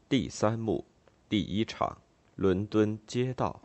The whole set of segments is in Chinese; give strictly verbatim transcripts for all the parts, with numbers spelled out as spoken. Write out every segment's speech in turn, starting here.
第三幕，第一场，伦敦街道。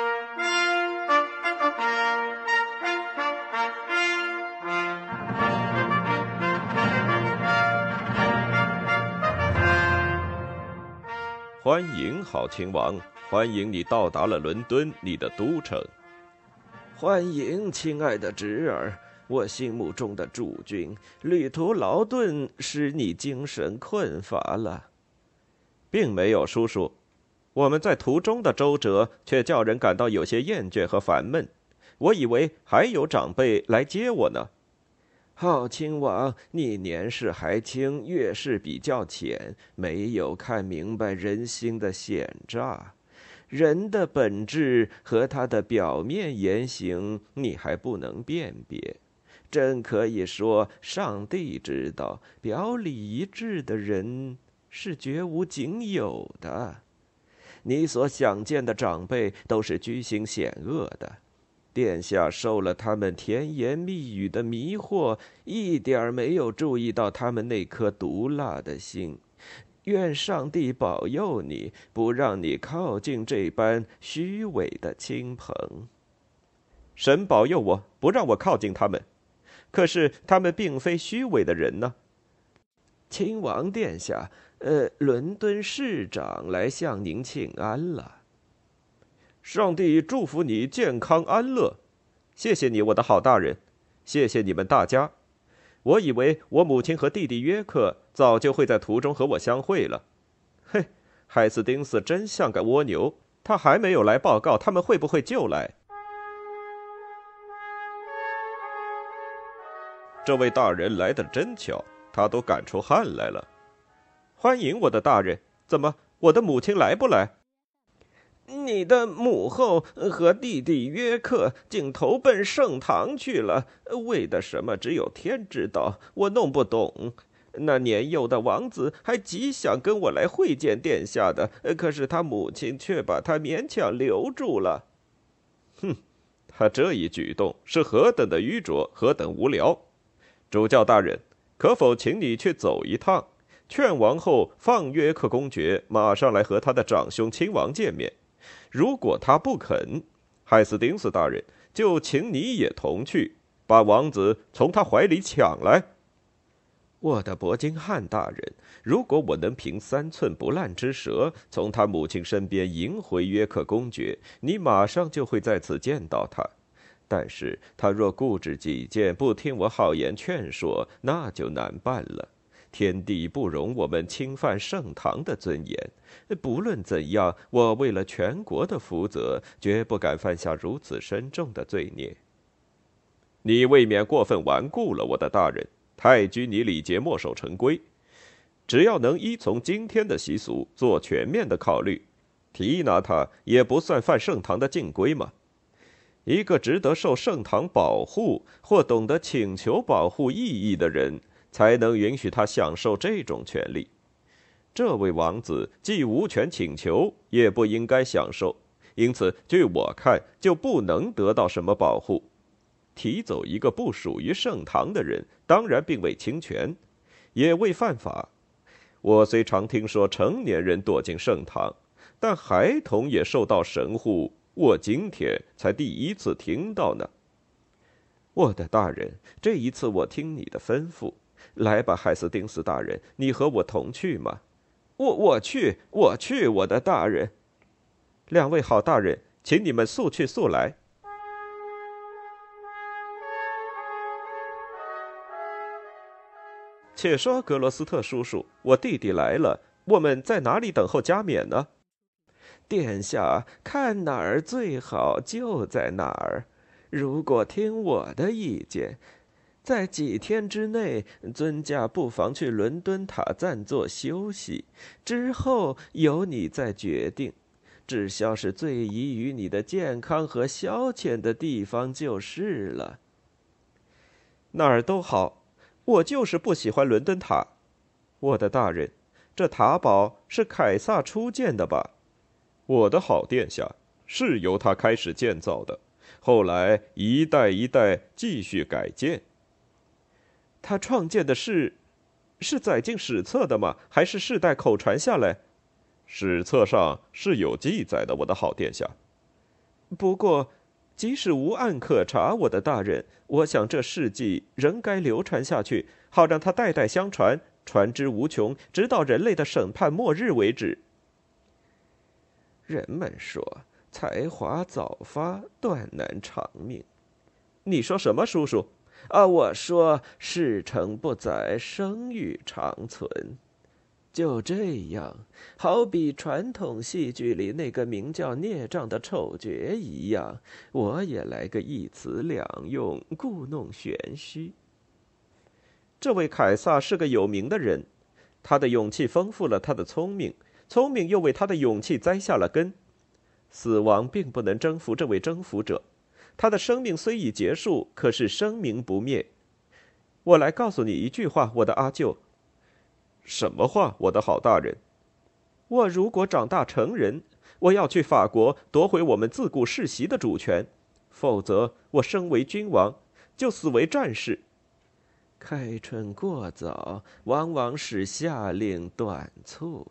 欢迎，好亲王，欢迎你到达了伦敦，你的都城。 欢迎，亲爱的侄儿，我心目中的主君。旅途劳顿，使你精神困乏了。 并没有，叔叔。我们在途中的周折，却叫人感到有些厌倦和烦闷。我以为还有长辈来接我呢。 好亲王，你年事还轻，阅识比较浅，没有看明白人心的险诈。人的本质和他的表面言行，你还不能辨别。真可以说，上帝知道，表里一致的人是绝无仅有的。你所想见的长辈都是居心险恶的。殿下受了他们甜言蜜语的迷惑，一点儿没有注意到他们那颗毒辣的心。愿上帝保佑你，不让你靠近这般虚伪的亲朋。 神保佑我，不让我靠近他们。可是他们并非虚伪的人呢。 亲王殿下，呃，伦敦市长来向您请安了。 上帝祝福你健康安乐。谢谢你，我的好大人。谢谢你们大家。我以为我母亲和弟弟约克早就会在途中和我相会了。嘿，海斯丁斯真像个蜗牛，他还没有来报告他们会不会就来。这位大人来得真巧，他都赶出汗来了。欢迎我的大人。怎么，我的母亲来不来？ 你的母后和弟弟约克竟投奔圣堂去了，为的什么只有天知道，我弄不懂。那年幼的王子还极想跟我来会见殿下的，可是他母亲却把他勉强留住了。 哼，他这一举动是何等的愚拙，何等无聊。主教大人，可否请你去走一趟，劝王后放约克公爵马上来和他的长兄亲王见面。如果他不肯，海斯丁斯大人就请你也同去，把王子从他怀里抢来。 我的伯金汉大人，如果我能凭三寸不烂之舌从他母亲身边赢回约克公爵，你马上就会在此见到他。但是他若固执己见，不听我好言劝说，那就难办了。天地不容我们侵犯圣堂的尊严。不论怎样，我为了全国的福泽，绝不敢犯下如此深重的罪孽。 你未免过分顽固了，我的大人。太拘泥礼节，墨守成规。只要能依从今天的习俗，做全面的考虑，提拿他也不算犯圣堂的禁规嘛。一个值得受圣堂保护或懂得请求保护意义的人，才能允许他享受这种权利。这位王子既无权请求，也不应该享受，因此据我看就不能得到什么保护。提走一个不属于圣堂的人，当然并未侵权，也未犯法。我虽常听说成年人躲进圣堂，但孩童也受到神护，我今天才第一次听到呢。 我的大人，这一次我听你的吩咐。来吧，海斯丁斯大人，你和我同去吗？我我去，我去，我的大人。 两位好大人，请你们速去速来。且说格罗斯特叔叔，我弟弟来了，我们在哪里等候加冕呢？ 殿下看哪儿最好就在哪儿。如果听我的意见，在几天之内，尊驾不妨去伦敦塔暂作休息，之后由你再决定。只消是最宜于你的健康和消遣的地方就是了。 哪儿都好，我就是不喜欢伦敦塔。我的大人，这塔堡是凯撒初建的吧？我的好殿下，是由他开始建造的，后来一代一代继续改建。他创建的是，是载进史册的吗？还是世代口传下来？ 史册上是有记载的，我的好殿下。 不过，即使无案可查，我的大人，我想这事迹仍该流传下去，好让它代代相传，传之无穷，直到人类的审判末日为止。人们说，才华早发，断难长命。你说什么，叔叔？啊，我说事成不载，声誉长存。就这样，好比传统戏剧里那个名叫孽障的丑角一样，我也来个一词两用，故弄玄虚。这位凯撒是个有名的人，他的勇气丰富了他的聪明，聪明又为他的勇气栽下了根。死亡并不能征服这位征服者，他的生命虽已结束，可是声名不灭。我来告诉你一句话，我的阿舅。 什么话，我的好大人？ 我如果长大成人，我要去法国夺回我们自古世袭的主权，否则我身为君王，就死为战士。开春过早，往往使夏令短促。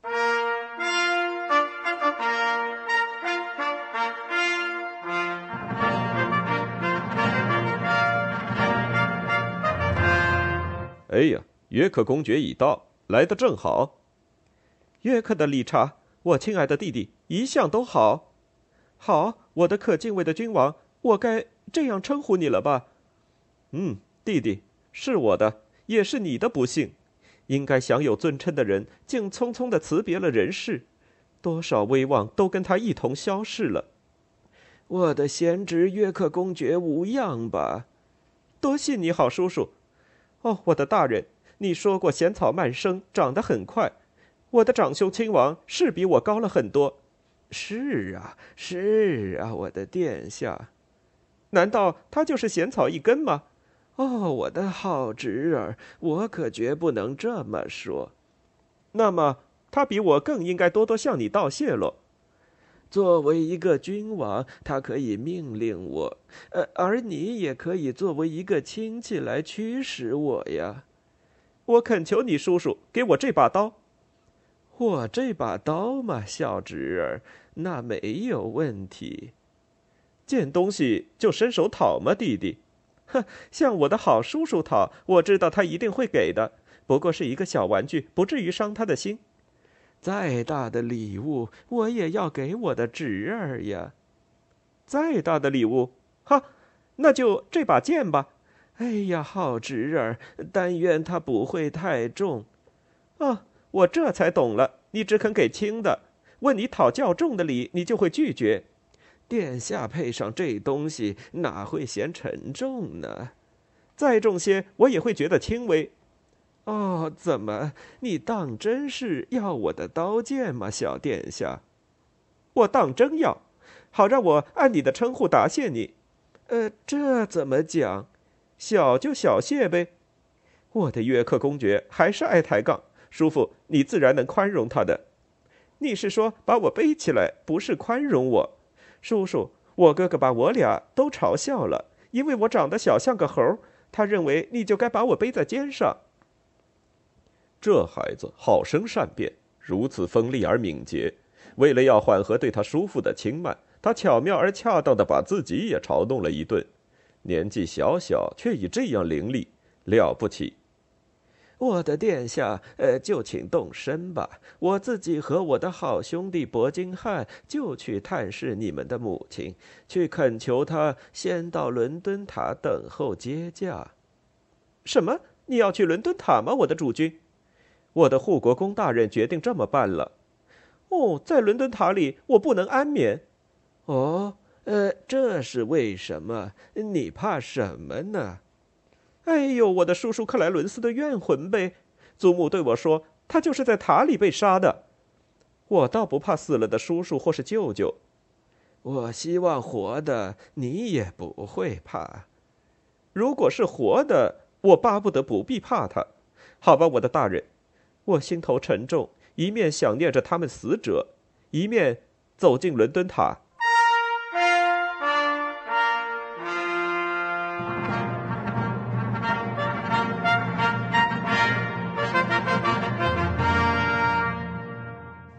哎呀，约克公爵已到，来得正好。 约克的理查，我亲爱的弟弟，一向都好。好，我的可敬畏的君王，我该这样称呼你了吧？嗯，弟弟，是我的，也是你的不幸。应该享有尊称的人，竟匆匆地辞别了人世，多少威望都跟他一同消逝了。我的贤侄约克公爵无恙吧？多谢你好叔叔。哦，我的大人，你说过闲草慢生，长得很快。我的长兄亲王是比我高了很多。是啊，是啊，我的殿下。难道他就是闲草一根吗？哦，我的好侄儿，我可绝不能这么说。那么，他比我更应该多多向你道谢喽。作为一个君王，他可以命令我，呃，而你也可以作为一个亲戚来驱使我呀。我恳求你，叔叔，给我这把刀。我这把刀嘛，小侄儿，那没有问题。见东西就伸手讨嘛，弟弟。哼，向我的好叔叔讨，我知道他一定会给的，不过是一个小玩具，不至于伤他的心。再大的礼物，我也要给我的侄儿呀。再大的礼物，哈，那就这把剑吧。哎呀，好侄儿，但愿它不会太重。啊，我这才懂了，你只肯给轻的，问你讨较重的礼，你就会拒绝。殿下配上这东西，哪会嫌沉重呢？再重些，我也会觉得轻微。哦，怎么，你当真是要我的刀剑吗，小殿下？我当真要，好让我按你的称呼答谢你。呃，这怎么讲？小就小谢呗。我的约克公爵还是爱抬杠，叔父，你自然能宽容他的。你是说把我背起来，不是宽容我？叔叔，我哥哥把我俩都嘲笑了，因为我长得小像个猴，他认为你就该把我背在肩上。 这孩子好生善变，如此锋利而敏捷。为了要缓和对他叔父的轻慢，他巧妙而恰当地把自己也嘲弄了一顿。年纪小小，却已这样伶俐，了不起。 我的殿下，呃，就请动身吧。我自己和我的好兄弟伯金汉就去探视你们的母亲，去恳求他先到伦敦塔等候接驾。什么？你要去伦敦塔吗，我的主君？我的护国公大人决定这么办了。哦，在伦敦塔里，我不能安眠。哦，呃，这是为什么？你怕什么呢？哎呦，我的叔叔克莱伦斯的怨魂呗！祖母对我说，他就是在塔里被杀的。我倒不怕死了的叔叔或是舅舅，我希望活的你也不会怕。如果是活的，我巴不得不必怕他。好吧，我的大人，我心头沉重，一面想念着他们死者，一面走进伦敦塔。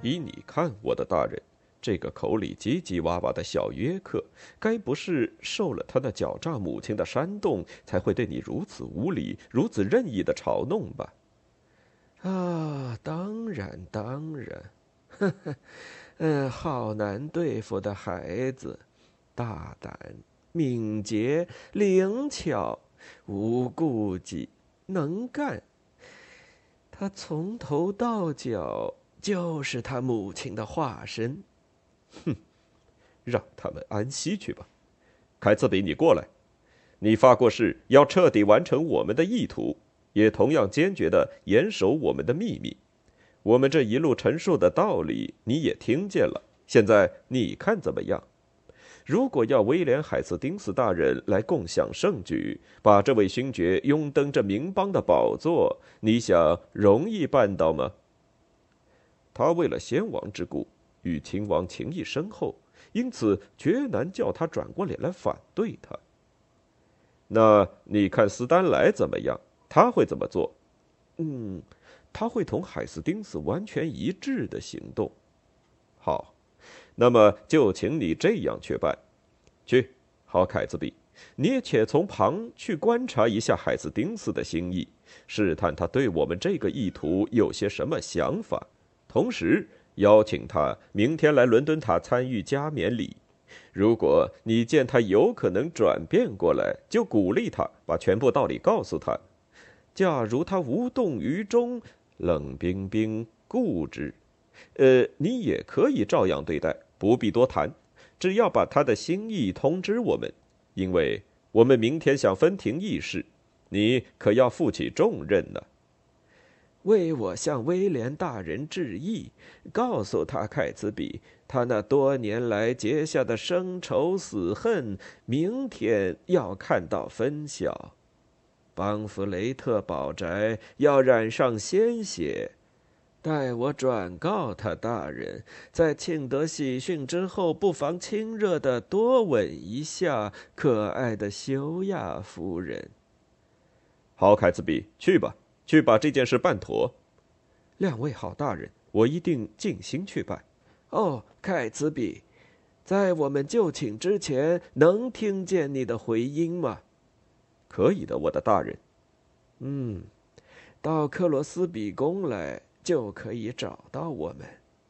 依你看，我的大人，这个口里叽叽哇哇的小约克，该不是受了他那狡诈母亲的煽动，才会对你如此无礼、如此任意的嘲弄吧？ 啊，当然，当然，呵呵，嗯，好难对付的孩子，大胆、敏捷、灵巧，无顾忌，能干。他从头到脚就是他母亲的化身。 哼，让他们安息去吧。凯茨比，你过来。你发过誓要彻底完成我们的意图，也同样坚决地严守我们的秘密。我们这一路陈述的道理你也听见了，现在你看怎么样？如果要威廉·海斯丁斯大人来共享盛举，把这位勋爵拥登这名邦的宝座，你想容易办到吗？他为了先王之故，与亲王情谊深厚，因此绝难叫他转过脸来反对他。那你看斯丹莱怎么样？他会怎么做？嗯，他会同海斯丁斯完全一致的行动。好，那么就请你这样去办。去，好凯兹比，你也且从旁去观察一下海斯丁斯的心意，试探他对我们这个意图有些什么想法，同时邀请他明天来伦敦塔参与加冕礼。如果你见他有可能转变过来，就鼓励他，把全部道理告诉他。假如他无动于衷，冷冰冰、固执，呃，你也可以照样对待，不必多谈，只要把他的心意通知我们，因为我们明天想分庭议事，你可要负起重任呢。 为我向威廉大人致意，告诉他凯兹比，他那多年来结下的生仇死恨，明天要看到分晓。邦弗雷特宝宅要染上鲜血，待我转告他大人，在庆得喜讯之后，不妨亲热地多吻一下可爱的修亚夫人。 好，凯兹比，去吧。去把这件事办妥。 两位好大人，我一定尽心去办。哦，凯兹比，在我们就寝之前，能听见你的回音吗？ 可以的，我的大人。 嗯，到克罗斯比宫来，就可以找到我们。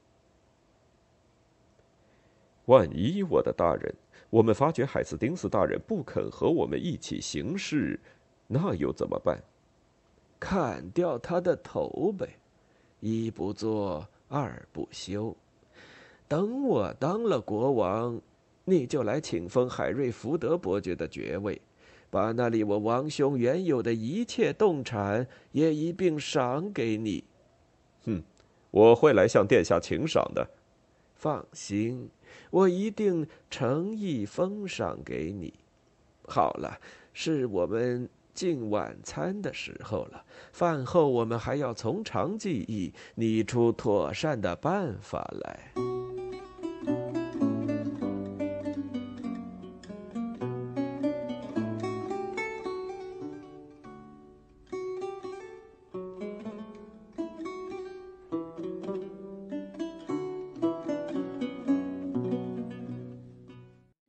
万一，我的大人，我们发觉海斯丁斯大人不肯和我们一起行事，那又怎么办？ 砍掉他的头呗，一不做二不休。等我当了国王，你就来请封海瑞福德伯爵的爵位，把那里我王兄原有的一切动产也一并赏给你。 哼，我会来向殿下请赏的。 放心，我一定诚意封赏给你。好了，是我们进晚餐的时候了，饭后我们还要从长计议，拟出妥善的办法来。